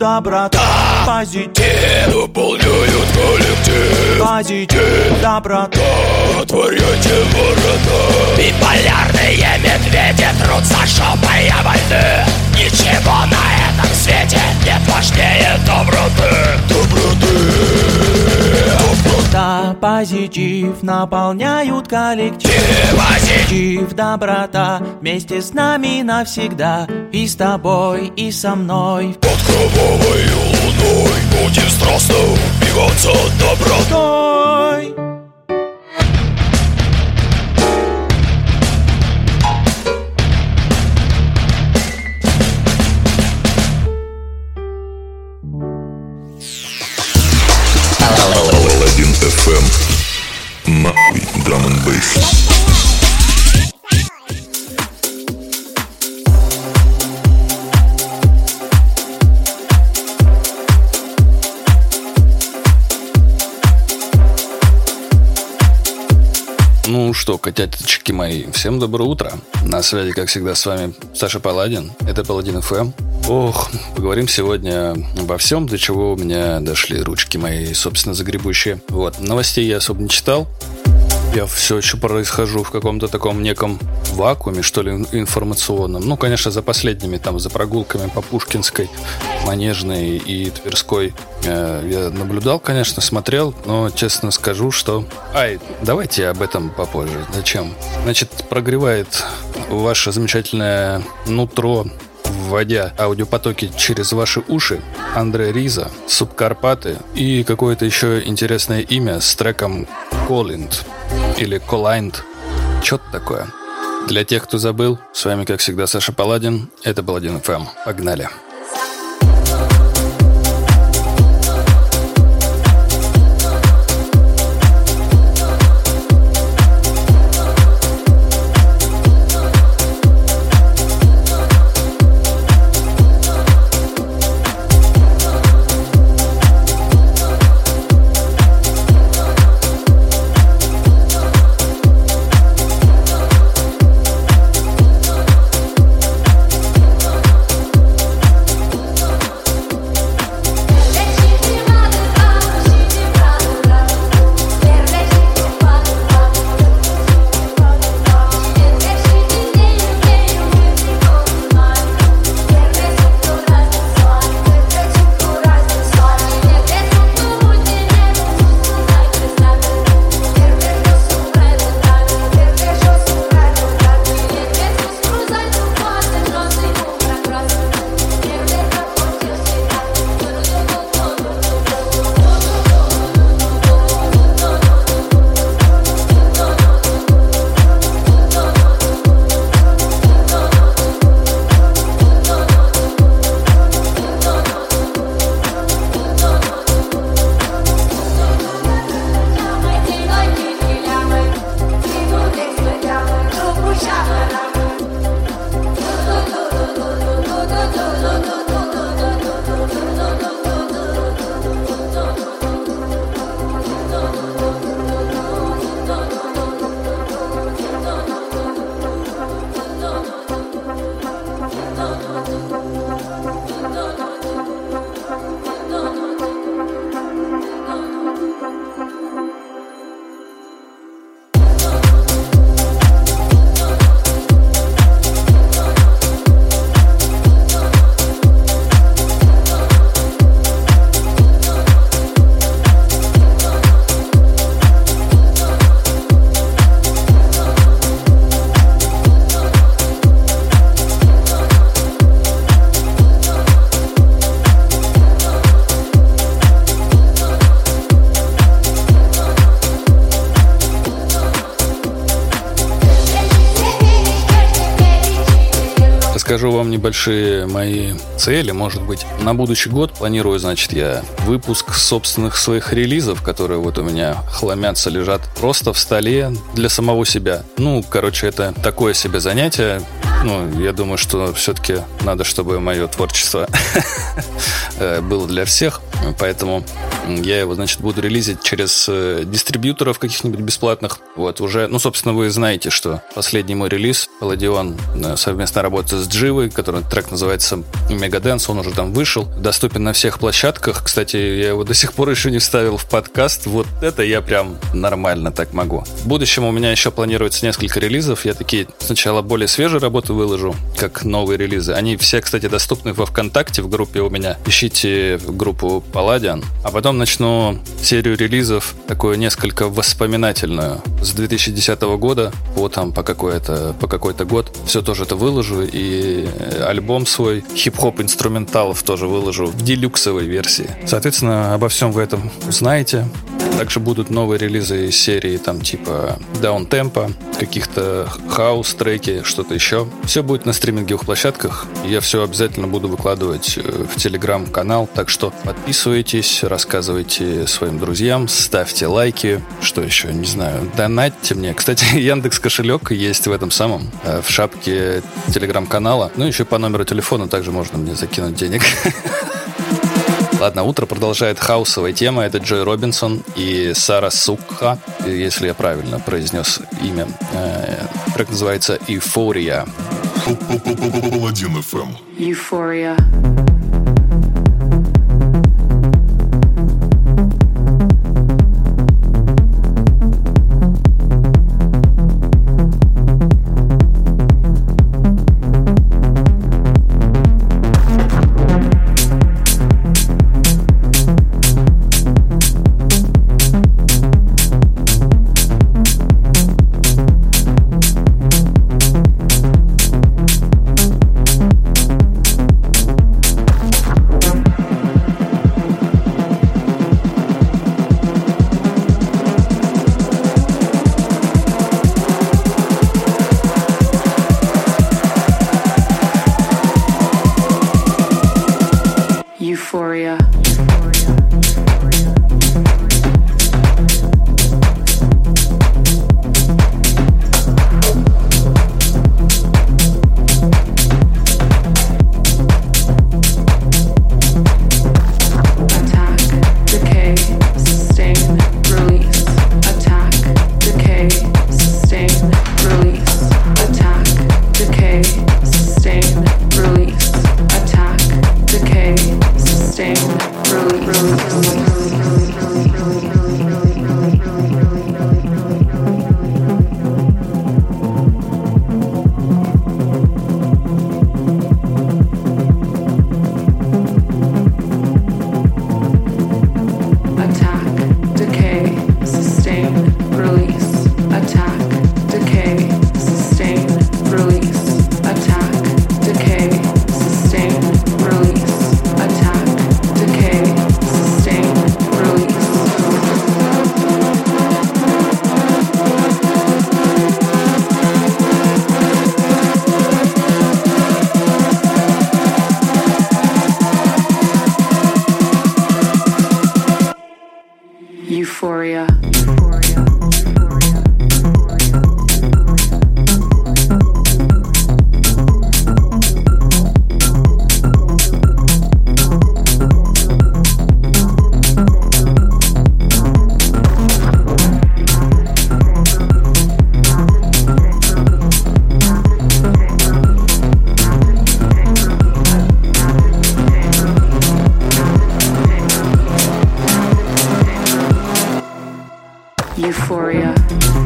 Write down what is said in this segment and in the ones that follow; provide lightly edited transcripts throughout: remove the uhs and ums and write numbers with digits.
доброта, позитив наполняют коллектив. Позитив, доброта, отворяйте ворота. Биполярные медведи трутся шопая войны. Ничего на этом свете нет важнее доброты. доброта, позитив наполняют коллектив. Позитив, доброта, вместе с нами навсегда. И с тобой, и со мной. Под кровавой луной будем страстно убиваться добротой. Паладин FM. Нахуй драм н бейс. Ну что, котяточки мои, всем доброе утро. На связи, как всегда, с вами Саша Паладин. Это Паладин FM. Ох, поговорим сегодня обо всем, до чего у меня дошли ручки мои, собственно, загребущие. Вот, новостей я особо не читал. Я все еще происхожу в каком-то таком неком вакууме, что ли, информационном. Ну, конечно, за последними, там, за прогулками по Пушкинской, Манежной и Тверской я наблюдал, конечно, смотрел, но честно скажу, что... давайте об этом попозже. Зачем? Значит, прогревает ваше замечательное нутро, вводя аудиопотоки через ваши уши, Андре Риза, Субкарпаты и какое-то еще интересное имя с треком Коллинд или Коллайнд. Что-то такое. Для тех, кто забыл, с вами, как всегда, Саша Паладин. Это Паладин FM. Погнали. Скажу вам небольшие мои цели, может быть. На будущий год планирую, значит, я выпуск собственных своих релизов, которые вот у меня хламятся, лежат просто в столе для самого себя. Ну, короче, это такое себе занятие. Ну, я думаю, что все-таки надо, чтобы мое творчество было для всех. Поэтому Я его, значит, буду релизить через дистрибьюторов каких-нибудь бесплатных. Вот, уже, ну, собственно, вы знаете, что последний мой релиз, Палладион, совместно работает с Дживой, который трек называется Megadance, он уже там вышел, доступен на всех площадках. Кстати, я его до сих пор еще не вставил в подкаст. Вот это я прям нормально так могу. В будущем у меня еще планируется несколько релизов. Я такие сначала более свежие работы выложу, как новые релизы. Они все, кстати, доступны во ВКонтакте, в группе у меня. Ищите группу Palladian. А потом начну серию релизов, такую несколько воспоминательную, с 2010 года по какой-то год. Все тоже это выложу. И альбом свой хип-хоп инструменталов тоже выложу в делюксовой версии. Соответственно, обо всем вы этом узнаете. Также будут новые релизы из серии, там, типа даунтемпа, каких-то хаус-треки, что-то еще. Все будет на стриминговых площадках. Я все обязательно буду выкладывать в Телеграм-канал. Так что подписывайтесь, рассказывайте своим друзьям, ставьте лайки. Что еще? Не знаю. Донатьте мне. Кстати, Яндекс.Кошелек есть в этом самом, в шапке Телеграм-канала. Ну, еще по номеру телефона также можно мне закинуть денег. Ладно, утро продолжает хаусовая тема. Это Джой Робинсон и Сара Сукха, если я правильно произнес имя. Трек называется «Euphoria». Палладин FM. Euphoria. Euphoria. Euphoria. Euphoria.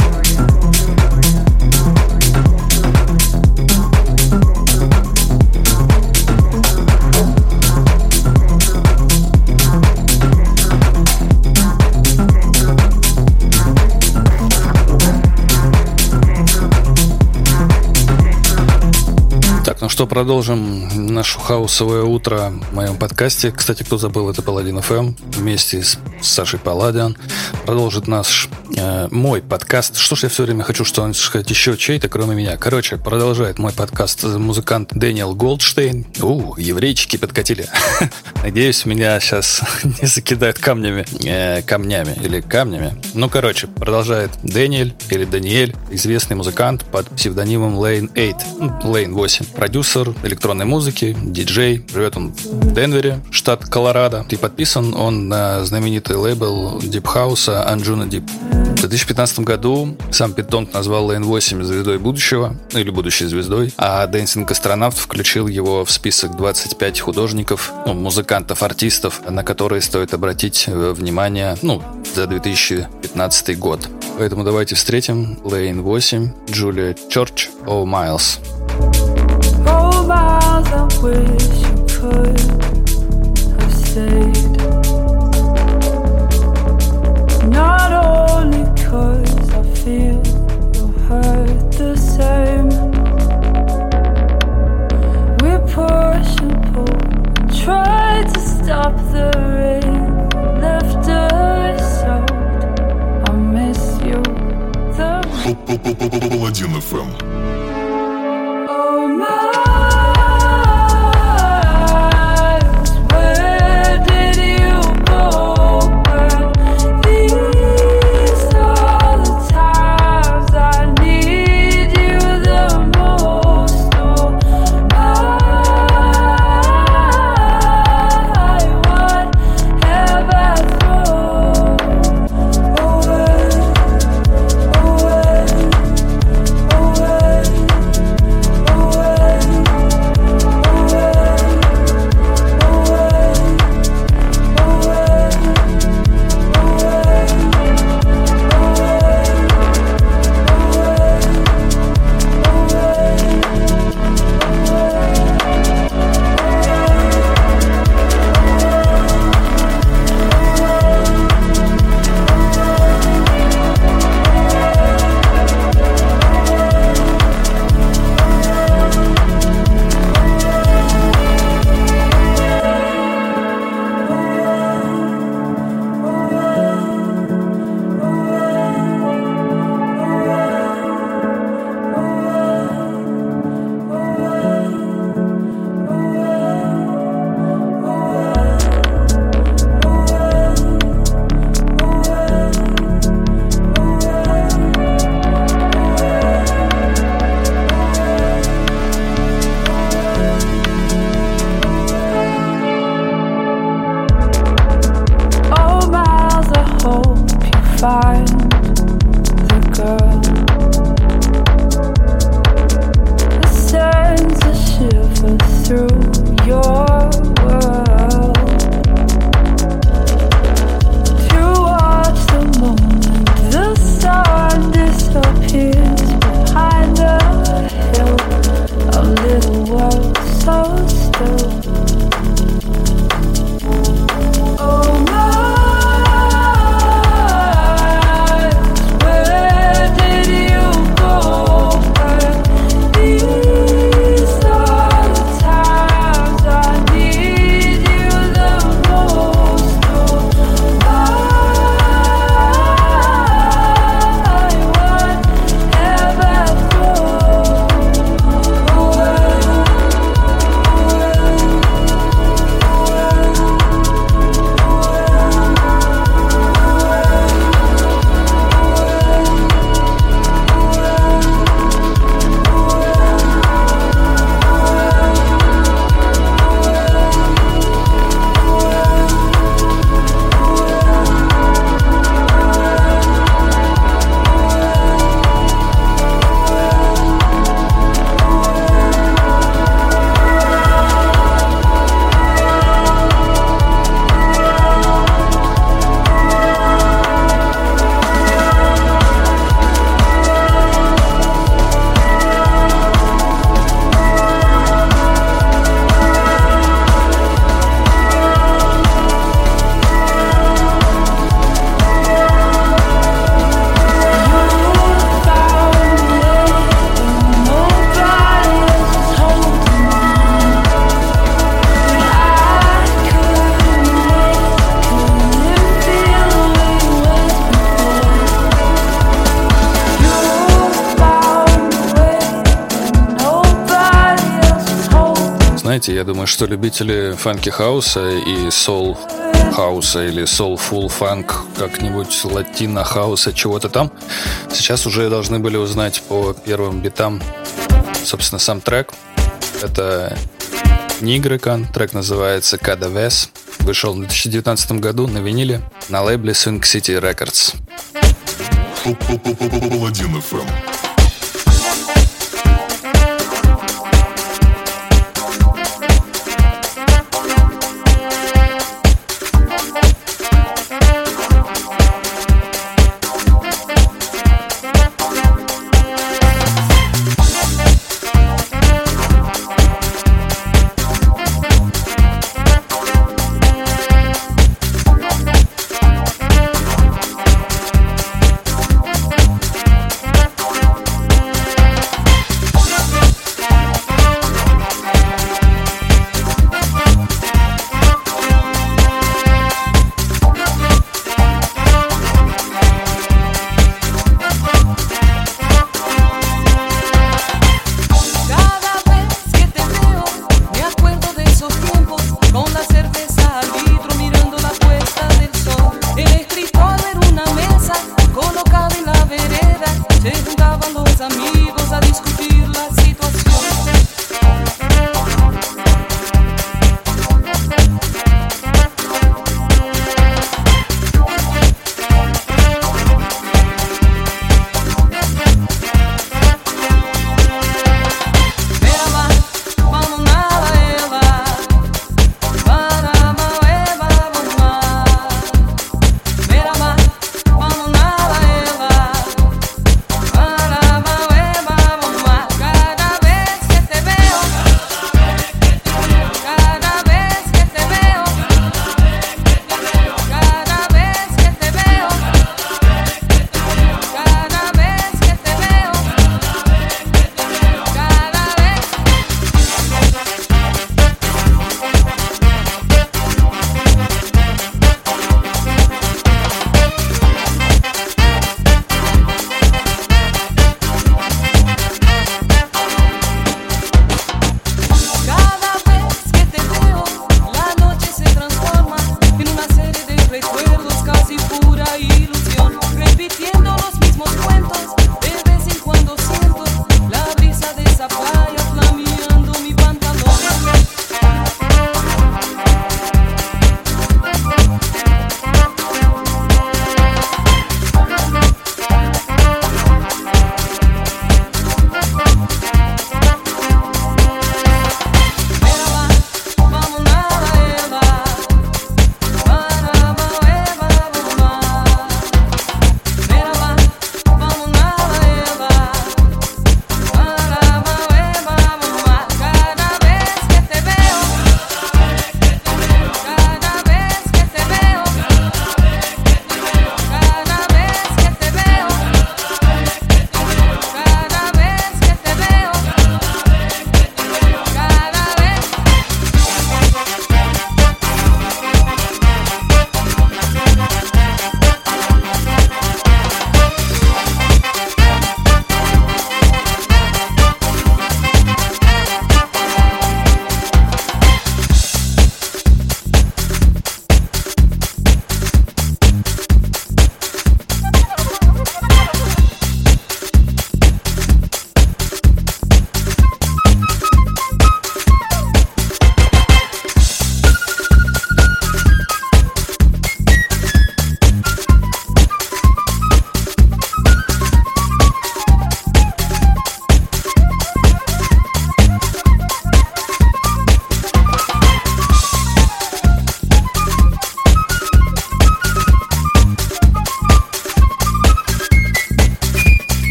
Так, ну что, продолжим наше хаусовое утро в моем подкасте. Кстати, кто забыл, это Палладин FM вместе с Сашей Палладиан. Продолжит наш Мой подкаст. Что ж я все время хочу что-нибудь сказать еще чей-то, кроме меня. Короче, продолжает мой подкаст музыкант Дэниел Голдштейн. Еврейчики подкатили. Надеюсь, меня сейчас не закидают камнями. Ну, короче, продолжает Дэниэль или Даниэль, известный музыкант под псевдонимом Lane 8. Lane 8. Продюсер электронной музыки, диджей. Живет он в Денвере, штат Колорадо. И подписан он на знаменитый лейбл Deep House Anjuna Deep. В 2015 году сам Питонг назвал Lane 8 звездой будущего, или будущей звездой, а Dancing Astronaut включил его в список 25 художников, музыкантов, артистов, на которые стоит обратить внимание, за 2015 год. Поэтому давайте встретим Lane 8, Julia Church, Oh Miles. Oh Miles, I wish you could have stayed. Not only 'cause I feel your hurt the same. We push and pull and try to stop the rain. Left us out. I miss you. Паладин FM. Oh Miles, знаете, я думаю, что любители фанки-хауса и соул-хауса или соул-фул-фанк, как-нибудь латино-хауса, чего-то там, сейчас уже должны были узнать по первым битам, собственно, сам трек. Это Нигрекан, трек называется Cada Vez. Вышел в 2019 году на виниле на лейбле Swing City Records. Паладин FM.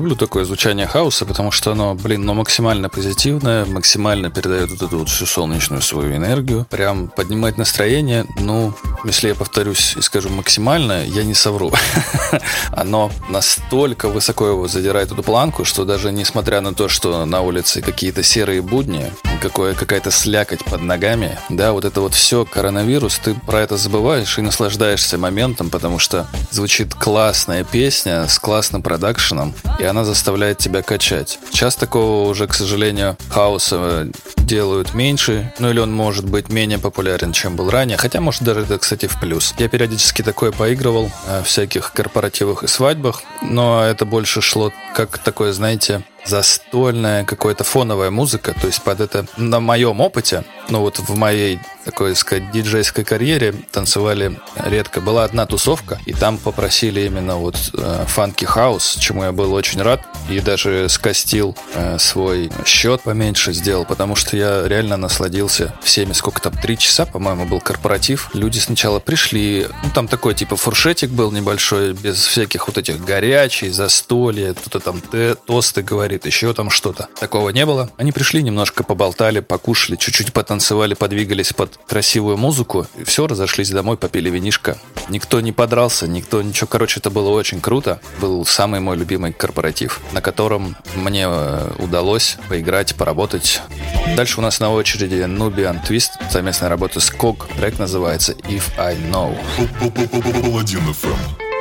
люблю такое звучание хауса, потому что оно, максимально позитивное, максимально передает вот эту вот всю солнечную свою энергию, прям поднимает настроение. Если я повторюсь и скажу максимально, я не совру. Оно настолько высоко его задирает эту планку, что даже несмотря на то, что на улице какие-то серые будни, какая-то слякоть под ногами, да, вот это вот все, коронавирус, ты про это забываешь и наслаждаешься моментом, потому что звучит классная песня с классным продакшеном, и она заставляет тебя качать. Сейчас такого уже, к сожалению, хауса делают меньше, или он может быть менее популярен, чем был ранее, хотя, может, даже это, кстати, в плюс. Я периодически такое поигрывал в всяких корпоративах и свадьбах, но это больше шло как такое, знаете, застольная, какая-то фоновая музыка, то есть под это на моем опыте, в моей, такой сказать, диджейской карьере танцевали редко. Была одна тусовка, и там попросили именно фанки хаус, чему я был очень рад, и даже скостил свой счет поменьше сделал, потому что я реально насладился всеми, 3 часа, по-моему, был корпоратив. Люди сначала пришли, там такой типа фуршетик был небольшой, без всяких вот этих горячей, застолья, кто-то там тосты говорит, еще там что-то. Такого не было. Они пришли, немножко поболтали, покушали, чуть-чуть потанцевали, подвигались под красивую музыку, и все, разошлись домой, попили винишко. Никто не подрался, никто ничего. Короче, это было очень круто. Был самый мой любимый корпоратив, на котором мне удалось поиграть, поработать. Дальше у нас на очереди Nubian Twist, совместная работа с Ког. Трек называется If I Know. Паладин FM.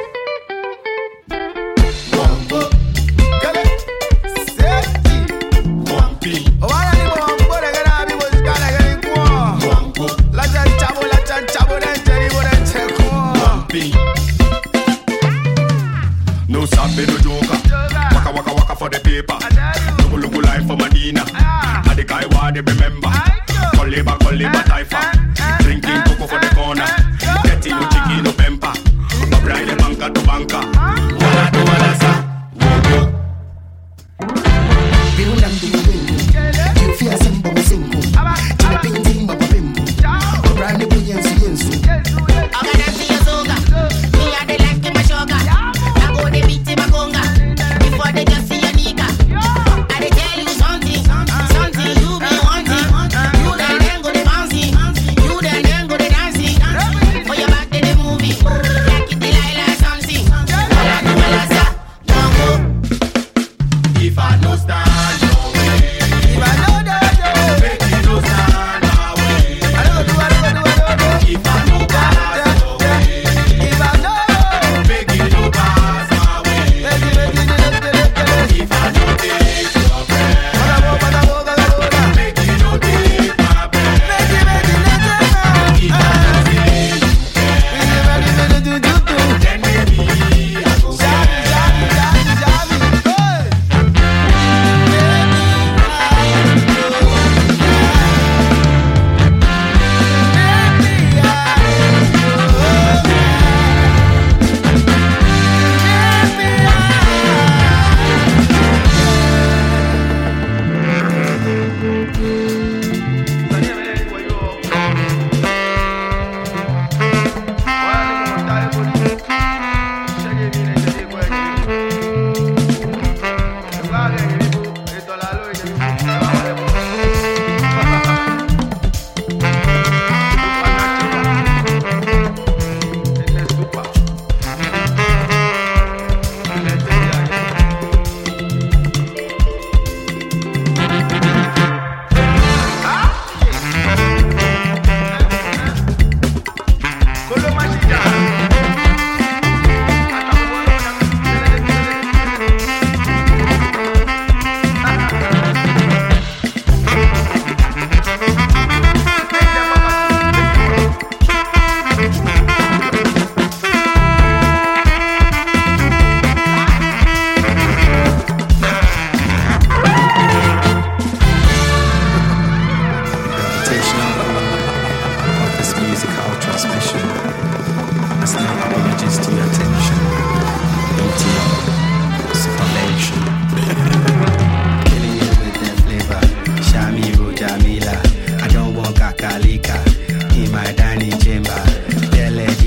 No sabe no joker. Waka waka waka for the paper. Look life for Medina. I the guy what they remember. Coliba taifa. Drinking cocoa for the corner. Getting no chicken no pemper. Brian banker to banker. Wala do wala sa. Bilang di wingu. You feel some bobo singu. Tina painting baba bimbo. Brian the brilliance yensu.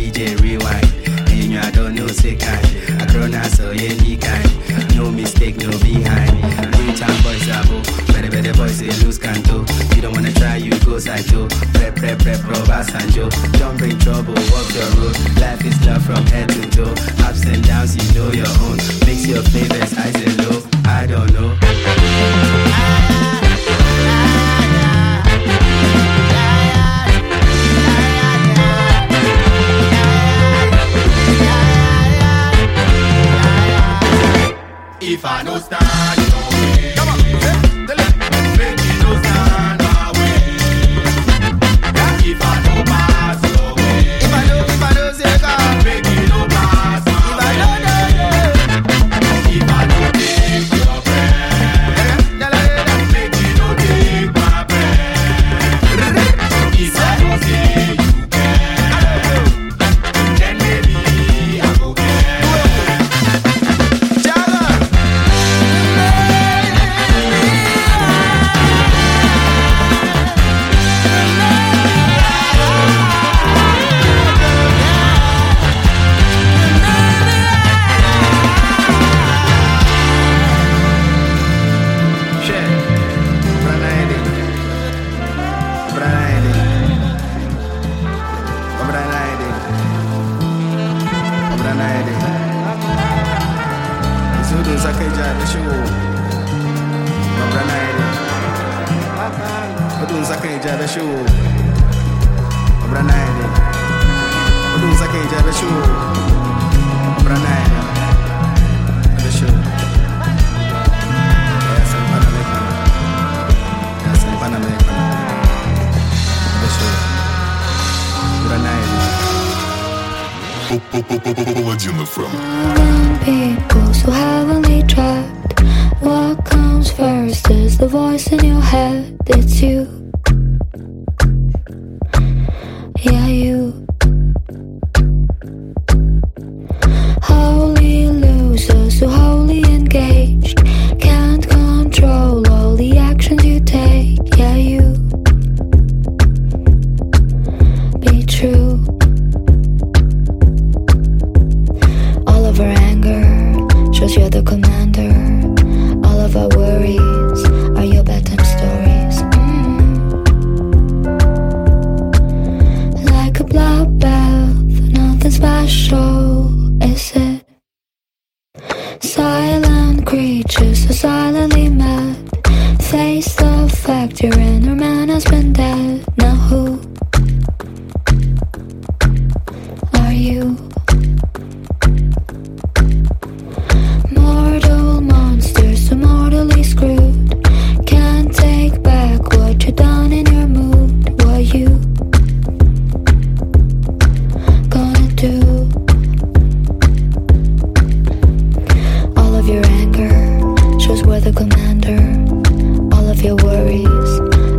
No mistake, no and Joe. Don't bring trouble, walk your road. Life is love from head to toe. Ups and downs, you know your own. Mix your flavors, highs and low. I don't know. If I no stand your way, make me no stand my way. If I no pass your way, If I know, say God. make me no pass my way. If I no take your breath, make me no take my breath. If I no say you care, then maybe I go care. Паладин FM. People so heavenly trapped. What comes first is the voice in your head. It's you. Yeah, you. Holy losers so wholly engaged. Can't control all the actions you take. Yeah, you. Be true. All of our anger shows you're the commander. All of our worries are your bedtime stories. Like a bloodbath, nothing special, is it? Silent creatures so silently mad. Face the fact your inner man has been dead. Now who are you? Mortal monsters so mortally screwed. Can't take back what you done in your mood. What you gonna do? All of your anger shows we're the commander. All of your worries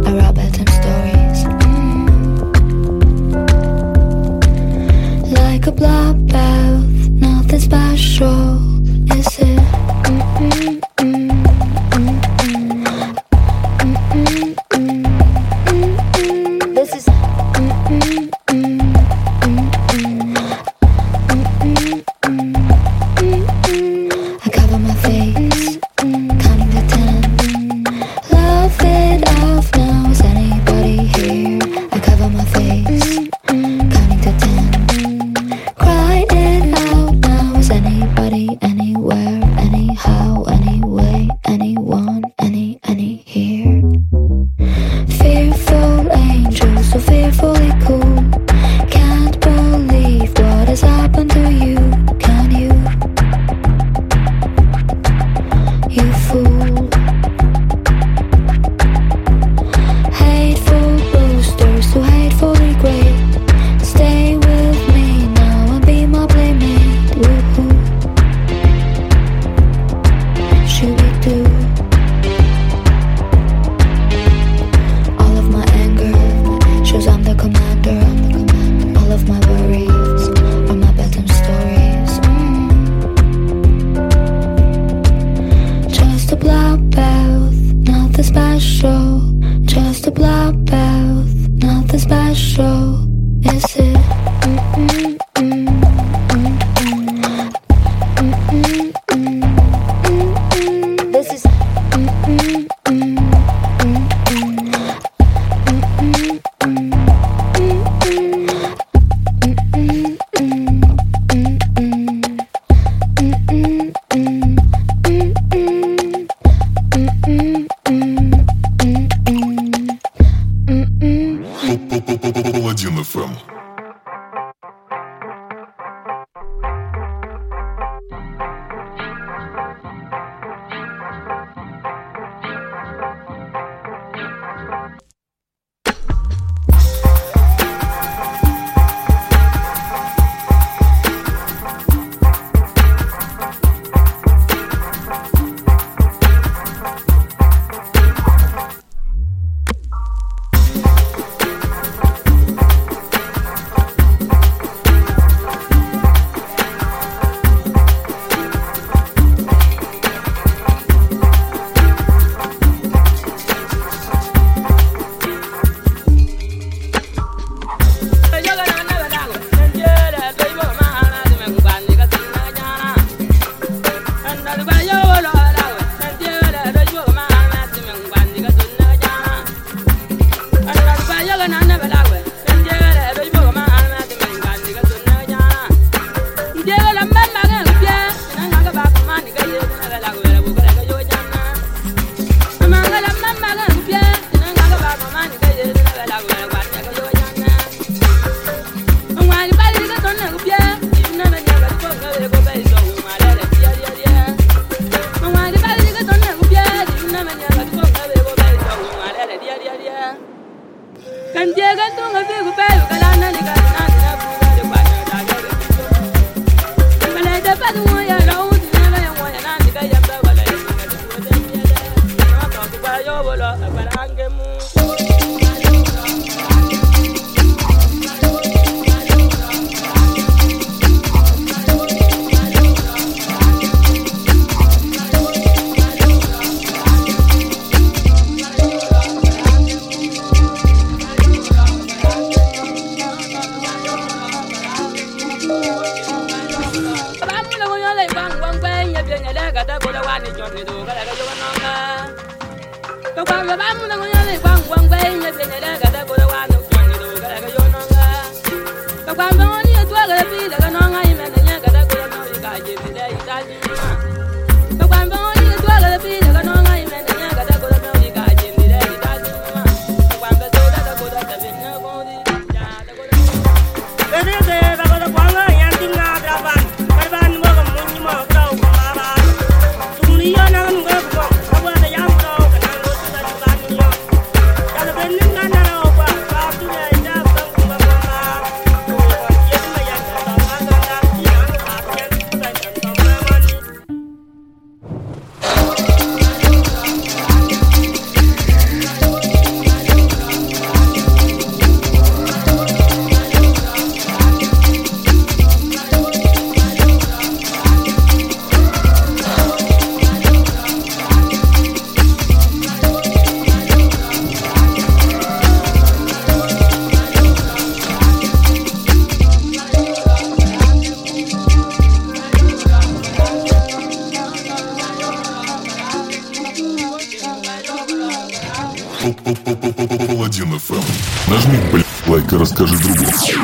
Паладин FM. Нажми, лайк и расскажи другу.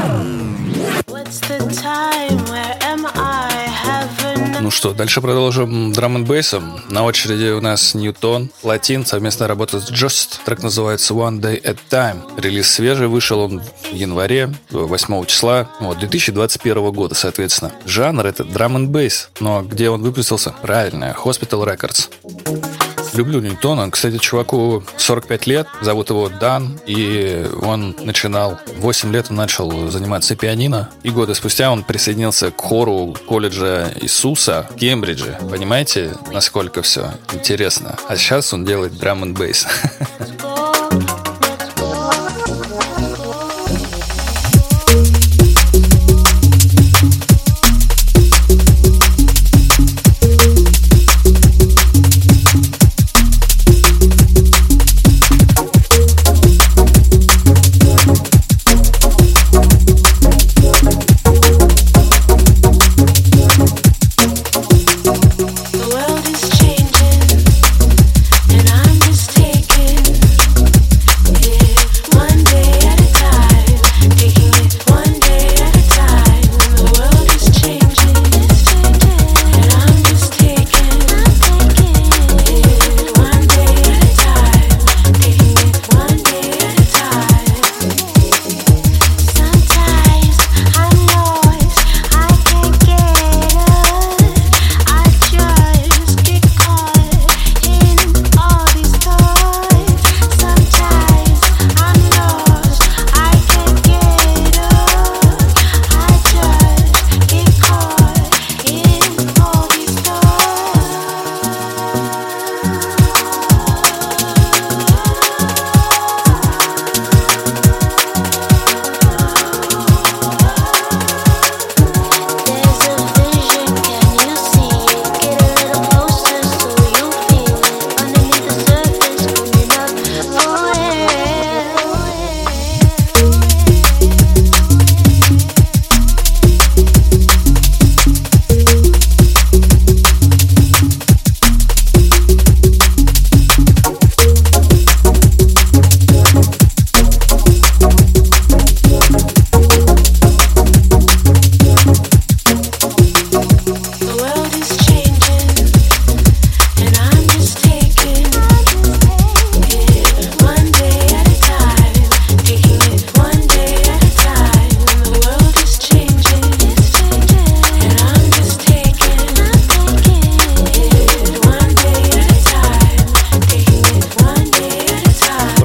Ну что, дальше продолжим драм-н-бейсом. На очереди у нас Ньютон, Латин, совместная работа с Just. Трек называется One Day at Time. Релиз свежий, вышел он в январе, 8 числа 2021 года, соответственно. Жанр — это драм-н-бейс. Но где он выпустился? Правильно, Hospital Records. Люблю Ньютона. Кстати, чуваку 45 лет, зовут его Дан, и он начинал, 8 лет он начал заниматься пианино, и годы спустя он присоединился к хору колледжа Иисуса в Кембридже. Понимаете, насколько все интересно? А сейчас он делает драм-н-бейс. The world is changing, and I'm just taking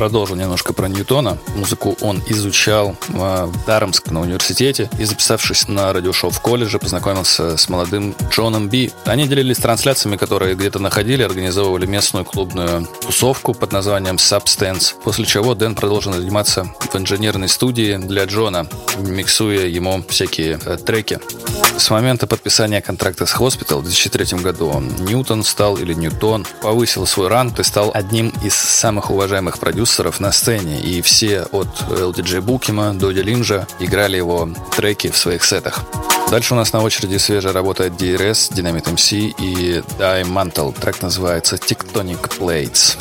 продолжу немножко про Ньютона. Музыку он изучал в Дарамском университете и, записавшись на радиошоу в колледже, познакомился с молодым Джоном Би. Они делились трансляциями, которые где-то находили, организовывали местную клубную тусовку под названием Substance, после чего Дэн продолжил заниматься в инженерной студии для Джона, миксуя ему всякие треки. С момента подписания контракта с Hospital в 2003 году Ньютон повысил свой ранг и стал одним из самых уважаемых продюсеров на сцене, и все от LDJ Букима до Дилинджа играли его треки в своих сетах. Дальше у нас на очереди свежая работа от DRS, Dynamite MC и Die Mantle. Трек называется Tectonic Plates.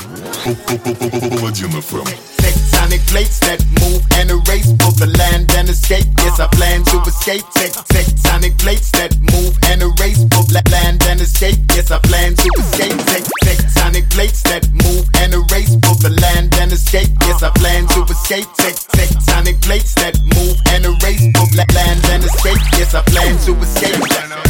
Паладин FM. Tectonic plates that move and erase both the land and escape. Yes, I plan to escape. Tectonic plates that move and erase both land and escape. Yes, I plan to escape. Tectonic plates that move and erase both the land and escape. Yes, I plan to escape. Tectonic plates that move and erase both land and escape. Yes, I plan to escape.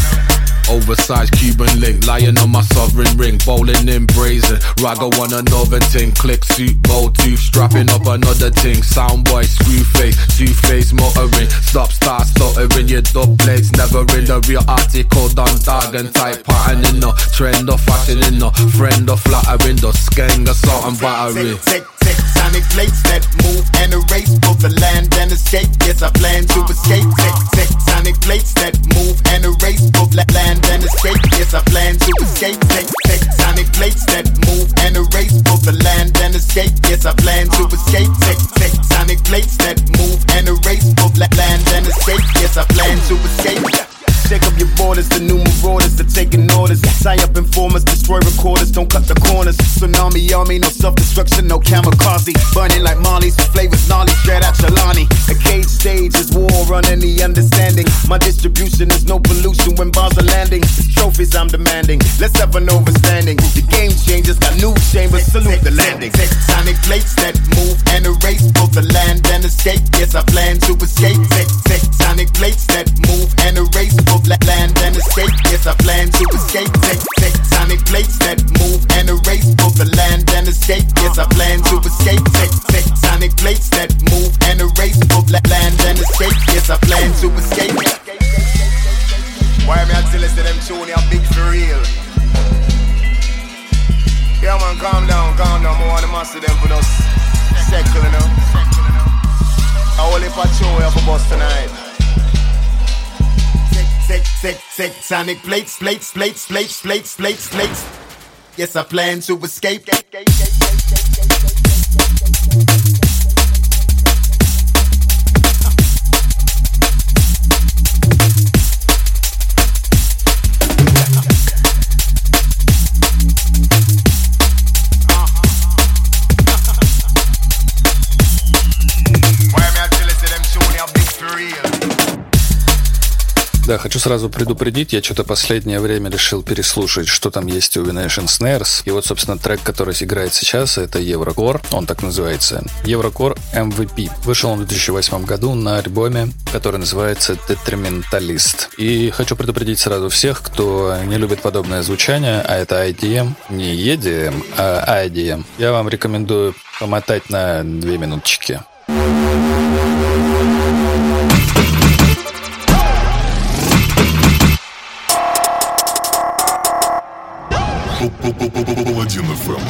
Oversized Cuban link, lying on my sovereign ring, bowling in brazen. Rago on another ting, click suit, bow tooth, strapping up another ting. Soundboy, screw face, two-face motoring. Stop, start, stuttering, your dub blades never in the real article. Done dog and type pattern in the trend of fashion in the friend of flattering the skeng, assault and battery. Tectonic plates that move and erase both the land and escape. Yes, I plan to escape. Tectonic plates that move and erase both land and escape. Yes, I plan to escape. Tectonic plates that move and erase both the land and escape. Yes, I plan to escape. Tectonic plates that move and erase both land and escape. Yes, I plan to escape. Shake up your borders, the new marauders are taking orders. Tie up informers, destroy recorders, don't cut the corners. Tsunami army, no self-destruction, no kamikaze. Burning like Marley's, flavors gnarly, straight out Chelani. A cage stage is war on any understanding. My distribution is no pollution when bars are landing. It's trophies I'm demanding, let's have an overstanding. The game changers got new chambers, salute the landing. Tectonic plates that move and erase both the land and escape. Yes, I plan to escape. Tectonic plates that move and erase both land and escape. Yes, I plan to escape. Tectonic plates that move and erase both the land and escape. Yes, I plan to escape. Tectonic plates that move and erase both land and escape. Yes, I plan to escape. Why me I tell us that them tune are big for real? Yeah man, calm down. I want to master them for us. Second, you know. I only patrol here for bus tonight. Tectonic plates. Yes, I plan to escape. Да, хочу сразу предупредить, я что-то последнее время решил переслушать, что там есть у Venation Snares. И вот, собственно, трек, который играет сейчас, это Eurocore, он так называется. Eurocore MVP. Вышел он в 2008 году на альбоме, который называется Detrimentalist. И хочу предупредить сразу всех, кто не любит подобное звучание, а это IDM, не EDM, а IDM. Я вам рекомендую помотать на 2 минуточки. Паладин FM.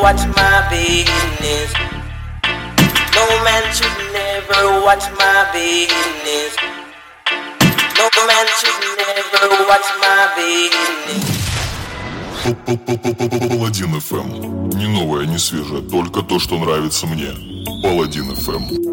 watch my business. No man should never watch my business. No man should never watch my business. Паладин FM. Не новое, не свежее, только то, что нравится мне. Паладин FM.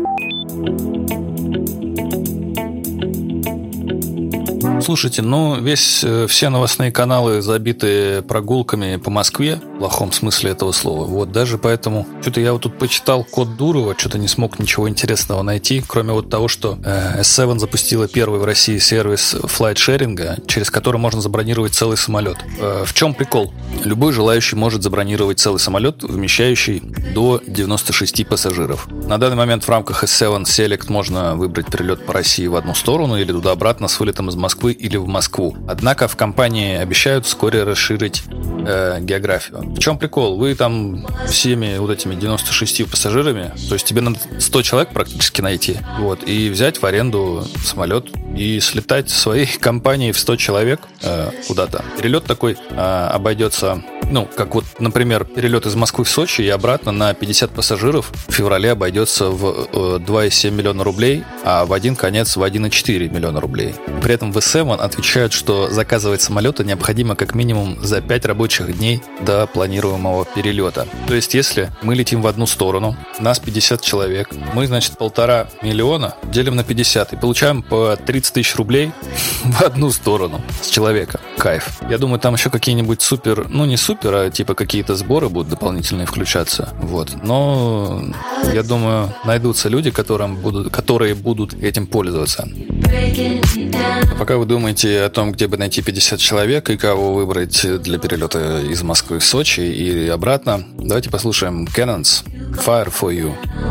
Слушайте, все новостные каналы забиты прогулками по Москве, в плохом смысле этого слова. Вот, даже поэтому, что-то я вот тут почитал код Дурова, что-то не смог ничего интересного найти, кроме вот того, что S7 запустила первый в России сервис флайт-шеринга, через который можно забронировать целый самолет. В чем прикол? Любой желающий может забронировать целый самолет, вмещающий до 96 пассажиров. На данный момент в рамках S7 Select можно выбрать перелет по России в одну сторону или туда-обратно с вылетом из Москвы или в Москву. Однако в компании обещают вскоре расширить географию. В чем прикол? Вы там всеми вот этими 96 пассажирами, то есть тебе надо 100 человек практически найти, вот, и взять в аренду самолет и слетать своей компанией в 100 человек куда-то. Перелет такой обойдется, как вот, например, перелет из Москвы в Сочи и обратно на 50 пассажиров в феврале обойдется в 2,7 миллиона рублей, а в один конец в 1,4 миллиона рублей. При этом в S7 отвечают, что заказывать самолеты необходимо как минимум за 5 рабочих дней до планируемого перелета. То есть, если мы летим в одну сторону, нас 50 человек, мы, значит, 1,5 миллиона делим на 50 и получаем по 30 тысяч рублей в одну сторону с человека. Кайф. Я думаю, там еще какие-нибудь супер, не супер, а типа какие-то сборы будут дополнительные включаться. Вот. Но я думаю, найдутся люди, которые будут этим пользоваться. А пока вы думаете о том, где бы найти 50 человек и кого выбрать для перелета из Москвы в Сочи и обратно, давайте послушаем Cannons Fire for You.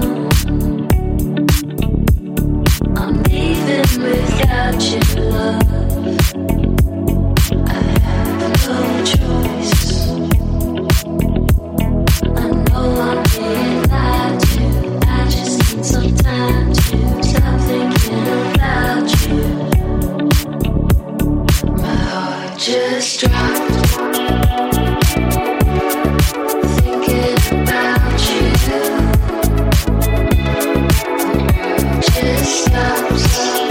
Without your love, I have no choice. I know I'm being lied to. I just need some time to stop thinking about you. My heart just dropped, thinking about you. Just stops.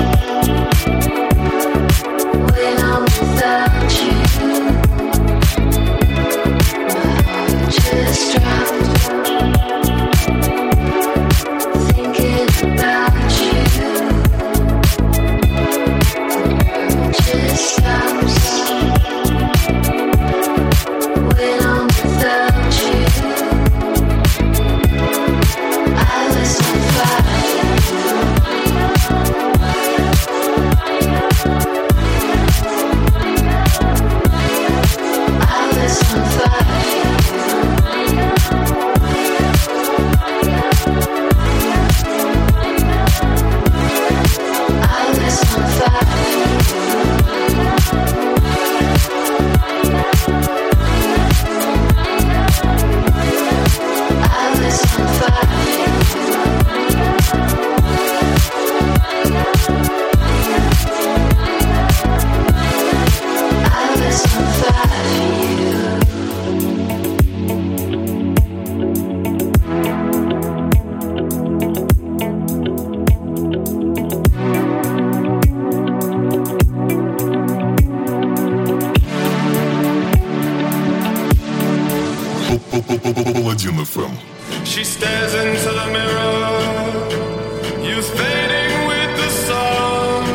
Паладин FM. She stares into the mirror, youth fading with the sun.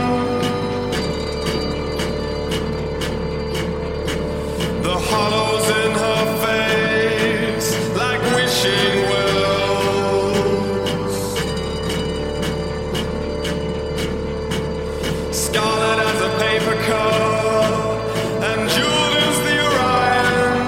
The hollows in her face, like wishing wells. Scarlet as a paper cup, and jeweled as the Orion.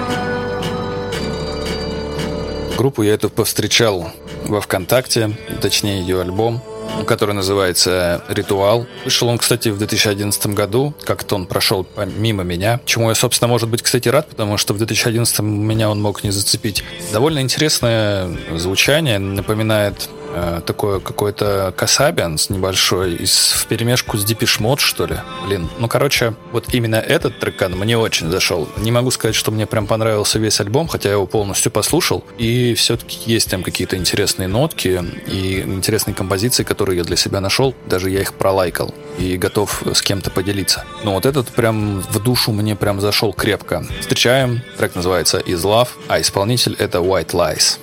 Группу я эту повстречал во ВКонтакте, точнее ее альбом, который называется «Ритуал». Вышел он, кстати, в 2011 году. Как-то он прошел мимо меня. Чему я, собственно, может быть, кстати, рад, потому что в 2011 меня он мог не зацепить. Довольно интересное звучание, напоминает такой какой-то Касабианс небольшой вперемешку с Depeche Mode, что ли. Блин, ну, короче, вот именно этот трекан мне очень зашел. Не могу сказать, что мне прям понравился весь альбом, хотя я его полностью послушал. И все-таки есть там какие-то интересные нотки и интересные композиции, которые я для себя нашел. Даже я их пролайкал и готов с кем-то поделиться. Но вот этот прям в душу мне прям зашел крепко. Встречаем. Трек называется Is Love, а исполнитель это White Lies.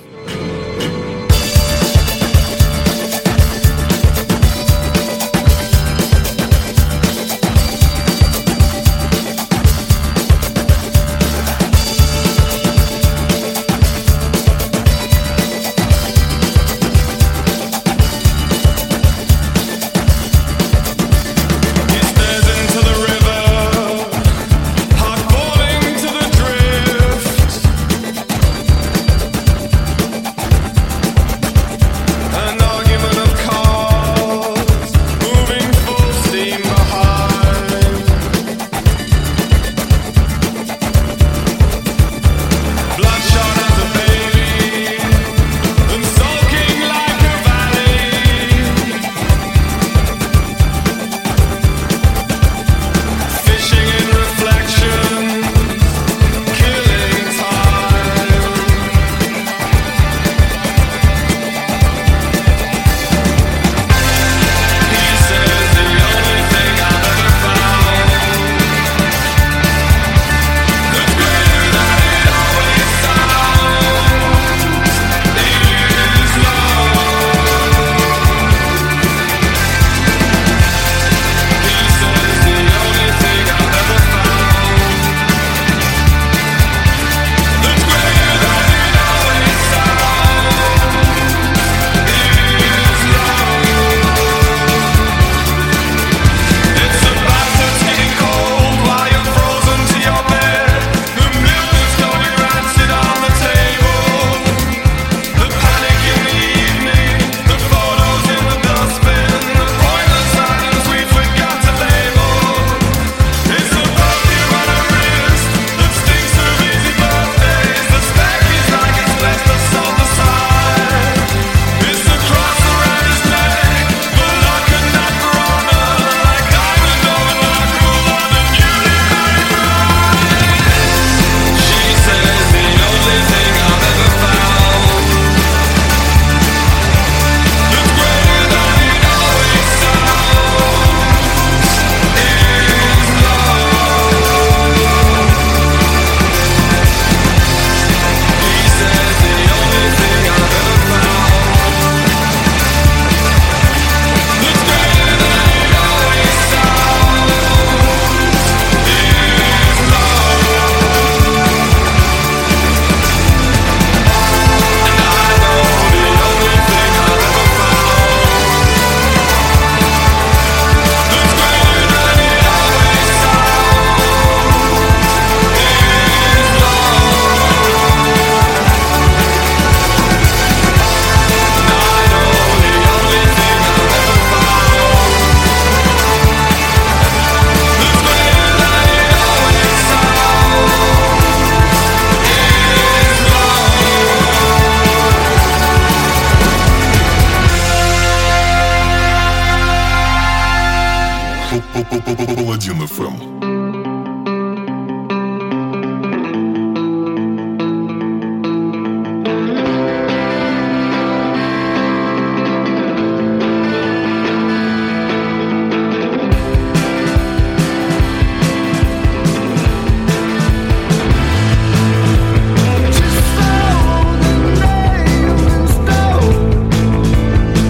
Паладин FM.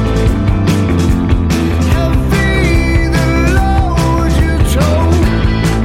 Have been the Lord you told.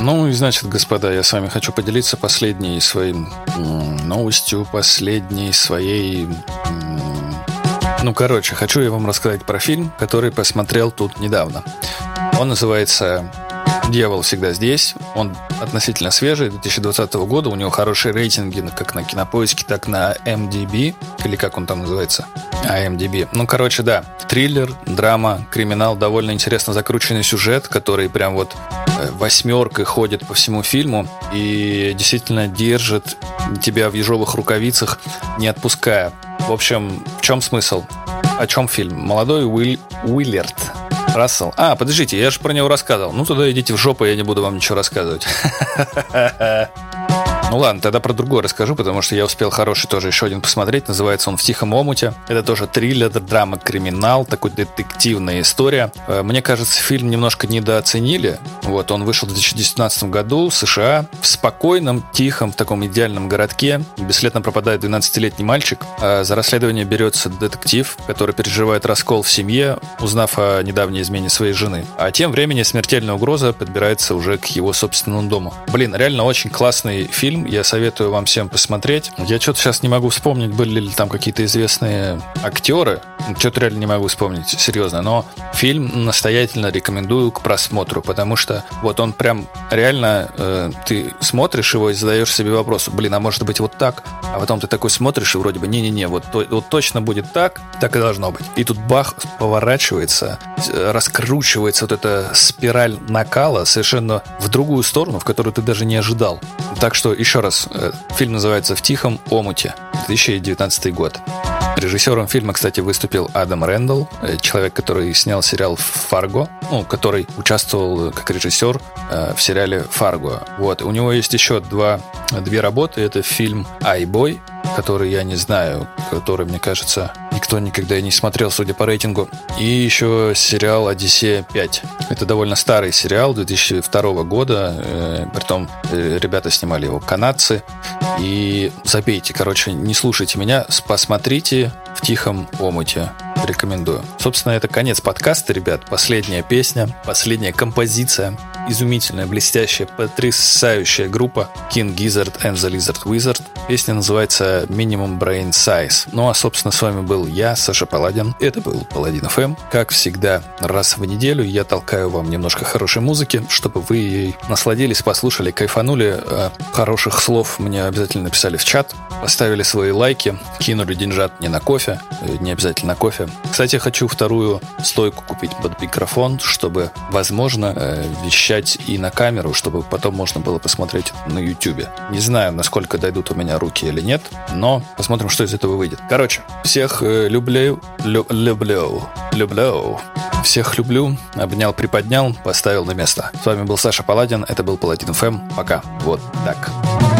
Ну и значит, господа, я с вами хочу поделиться последней своей новостью, последней своей... хочу я вам рассказать про фильм, который посмотрел тут недавно. Он называется «Дьявол всегда здесь». Он относительно свежий, 2020 года. У него хорошие рейтинги как на Кинопоиске, так на MDB. Или как он там называется? IMDb. Да. Триллер, драма, криминал. Довольно интересно закрученный сюжет, который прям вот 8 ходит по всему фильму и действительно держит тебя в ежовых рукавицах, не отпуская. В общем, в чем смысл? О чем фильм? Молодой Уиллард Рассел. Подождите, я же про него рассказывал. Ну, тогда идите в жопу, я не буду вам ничего рассказывать. Ну ладно, тогда про другое расскажу, потому что я успел хороший тоже еще один посмотреть. Называется он «В тихом омуте». Это тоже триллер, драма, криминал, такой детективная история. Мне кажется, фильм немножко недооценили. Вот, он вышел в 2019 году в США. В спокойном, тихом, в таком идеальном городке бесследно пропадает 12-летний мальчик. За расследование берется детектив, который переживает раскол в семье, узнав о недавней измене своей жены. А тем временем смертельная угроза подбирается уже к его собственному дому. Блин, реально очень классный фильм. Я советую вам всем посмотреть. Я что-то сейчас не могу вспомнить, были ли там какие-то известные актеры. Что-то реально не могу вспомнить, серьезно. Но фильм настоятельно рекомендую к просмотру, потому что вот он прям реально... ты смотришь его и задаешь себе вопрос: блин, а может быть вот так? А потом ты такой смотришь и вроде бы не-не-не, вот точно будет так и должно быть. И тут бах, поворачивается, раскручивается вот эта спираль накала совершенно в другую сторону, в которую ты даже не ожидал. Так что еще раз, фильм называется «В тихом омуте», 2019 год. Режиссером фильма, кстати, выступил Адам Рэндалл, человек, который снял сериал «Фарго», который участвовал как режиссер в сериале «Фарго». Вот. У него есть еще две работы. Это фильм «Айбой», который я не знаю, который, мне кажется, никто никогда и не смотрел, судя по рейтингу. И еще сериал «Одиссея 5». Это довольно старый сериал 2002 года. Притом ребята снимали его канадцы. И забейте, не слушайте меня, посмотрите «В тихом омуте». Рекомендую. Собственно, это конец подкаста, ребят. Последняя песня, последняя композиция. Изумительная, блестящая, потрясающая группа King Gizzard and the Lizard Wizard. Песня называется Minimum Brain Size. Ну, а, собственно, с вами был я, Саша Паладин. Это был Паладин FM. Как всегда, раз в неделю я толкаю вам немножко хорошей музыки, чтобы вы ей насладились, послушали, кайфанули. Хороших слов мне обязательно написали в чат, поставили свои лайки, кинули деньжат не на кофе, не обязательно кофе. Кстати, хочу вторую стойку купить под микрофон, чтобы, возможно, вещать и на камеру, чтобы потом можно было посмотреть на YouTube. Не знаю, насколько дойдут у меня руки или нет, но посмотрим, что из этого выйдет. Всех люблю. Всех люблю. Обнял, приподнял, поставил на место. С вами был Саша Паладин. Это был Паладин FM. Пока. Вот так.